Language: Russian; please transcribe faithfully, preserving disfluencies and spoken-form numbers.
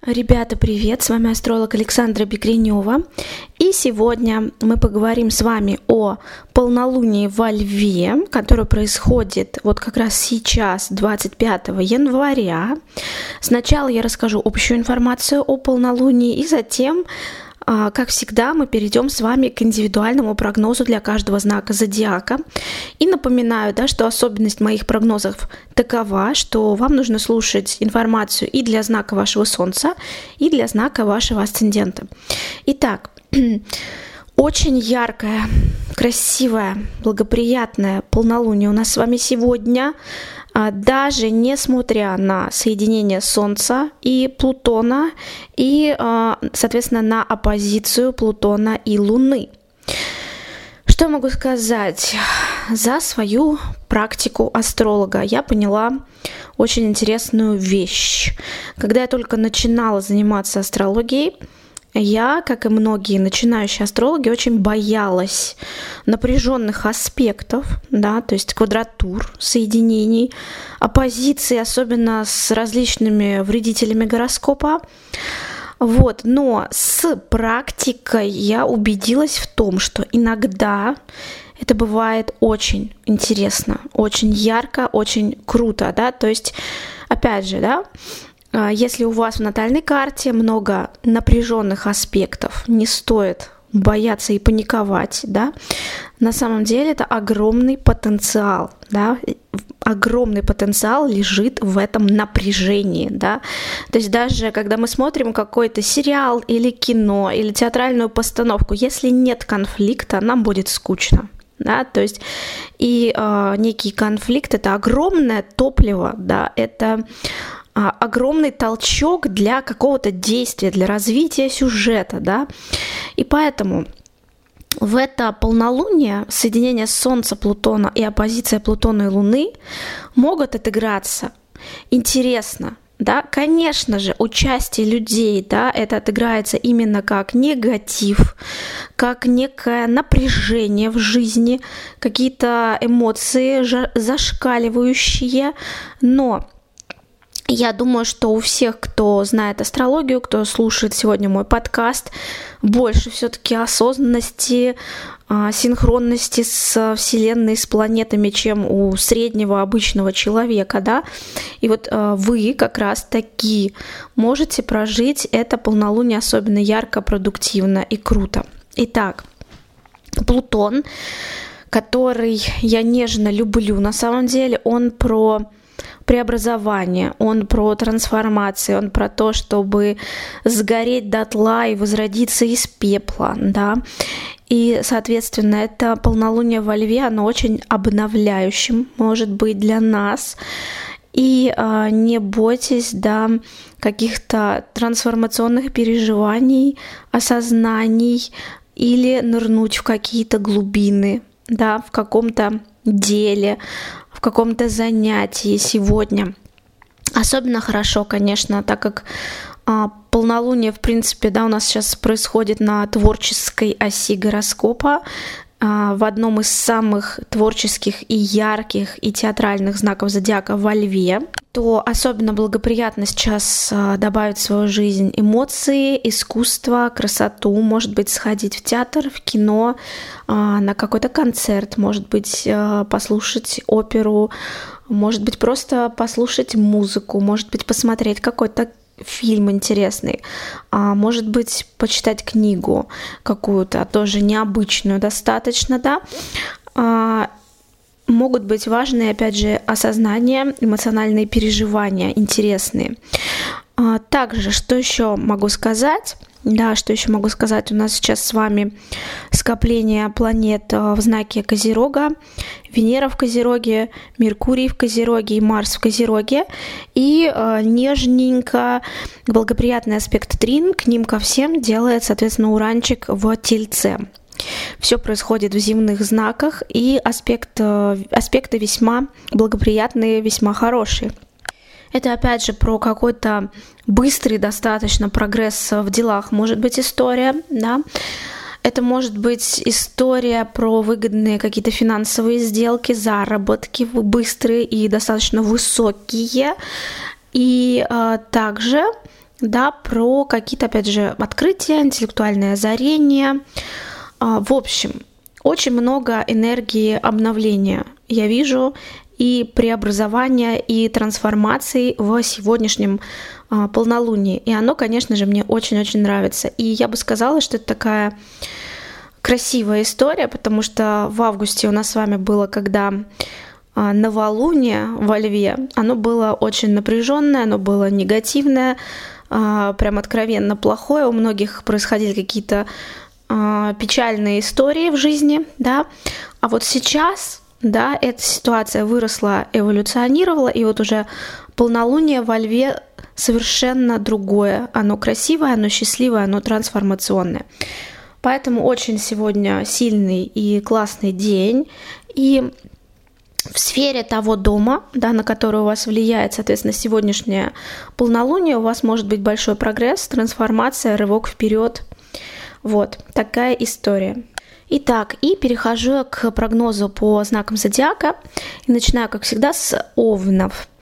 Ребята, привет! С вами астролог Александра Бекренева. И сегодня мы поговорим с вами о полнолунии во Льве, которое происходит вот как раз сейчас, двадцать пятого января. Сначала я расскажу общую информацию о полнолунии, и затем, как всегда, мы перейдем с вами к индивидуальному прогнозу для каждого знака зодиака. И напоминаю, да, что особенность моих прогнозов такова, что вам нужно слушать информацию и для знака вашего Солнца, и для знака вашего асцендента. Итак, очень яркое, красивое, благоприятное полнолуние у нас с вами сегодня. Даже несмотря на соединение Солнца и Плутона, и, соответственно, на оппозицию Плутона и Луны. Что я могу сказать? За свою практику астролога я поняла очень интересную вещь. Когда я только начинала заниматься астрологией, я, как и многие начинающие астрологи, очень боялась напряженных аспектов, да, то есть квадратур, соединений, оппозиций, особенно с различными вредителями гороскопа. Вот. Но с практикой я убедилась в том, что иногда это бывает очень интересно, очень ярко, очень круто, да, то есть, опять же, да, если у вас в натальной карте много напряженных аспектов, не стоит бояться и паниковать, да. На самом деле это огромный потенциал, да, огромный потенциал лежит в этом напряжении, да. То есть даже когда мы смотрим какой-то сериал или кино, или театральную постановку, если нет конфликта, нам будет скучно. Да, то есть и э, некий конфликт — это огромное топливо, да, это э, огромный толчок для какого-то действия, для развития сюжета, да, и поэтому в это полнолуние соединение Солнца, Плутона и оппозиция Плутона и Луны могут отыграться интересно. Да, конечно же, участие людей, да, это отыграется именно как негатив, как некое напряжение в жизни, какие-то эмоции зашкаливающие, но я думаю, что у всех, кто знает астрологию, кто слушает сегодня мой подкаст, больше все-таки осознанности, синхронности с Вселенной, с планетами, чем у среднего обычного человека, да. И вот вы как раз таки можете прожить это полнолуние особенно ярко, продуктивно и круто. Итак, Плутон, который я нежно люблю, на самом деле он про преобразование, он про трансформацию, он про то, чтобы сгореть дотла и возродиться из пепла, да. И, соответственно, это полнолуние во Льве, оно очень обновляющим может быть для нас. И э, не бойтесь, да, каких-то трансформационных переживаний, осознаний или нырнуть в какие-то глубины, да, в каком-то деле, в каком-то занятии сегодня. Особенно хорошо, конечно, так как а, полнолуние, в принципе, да, у нас сейчас происходит на творческой оси гороскопа, а, в одном из самых творческих и ярких и театральных знаков зодиака во Льве, то особенно благоприятно сейчас а, добавить в свою жизнь эмоции, искусство, красоту, может быть, сходить в театр, в кино, а, на какой-то концерт, может быть, а, послушать оперу, может быть, просто послушать музыку, может быть, посмотреть какой-то фильм интересный, а может быть, почитать книгу какую-то, тоже необычную достаточно, да. А, могут быть важные, опять же, осознания, эмоциональные переживания интересные. А, также, что еще могу сказать? Да, что еще могу сказать? У нас сейчас с вами скопление планет в знаке Козерога, Венера в Козероге, Меркурий в Козероге и Марс в Козероге. И э, нежненько благоприятный аспект Трин к ним ко всем делает, соответственно, Уранчик в Тельце. Все происходит в земных знаках, и аспект, э, аспекты весьма благоприятные, весьма хорошие. Это опять же про какой-то быстрый достаточно прогресс в делах, может быть, история, да. Это может быть история про выгодные какие-то финансовые сделки, заработки быстрые и достаточно высокие. И а, также да, про какие-то, опять же, открытия, интеллектуальные озарения. В общем, очень много энергии обновления я вижу, и преобразования, и трансформации в сегодняшнем а, полнолунии. И оно, конечно же, мне очень-очень нравится. И я бы сказала, что это такая красивая история, потому что в августе у нас с вами было, когда а, новолуние во Льве, оно было очень напряженное, оно было негативное, а, прям откровенно плохое. У многих происходили какие-то а, печальные истории в жизни, да. А вот сейчас... Да, эта ситуация выросла, эволюционировала, и вот уже полнолуние во Льве совершенно другое. Оно красивое, оно счастливое, оно трансформационное. Поэтому очень сегодня сильный и классный день. И в сфере того дома, да, на который у вас влияет, соответственно, сегодняшнее полнолуние, у вас может быть большой прогресс, трансформация, рывок вперед. Вот такая история. Итак, и перехожу к прогнозу по знакам зодиака. И начинаю, как всегда, с овнов.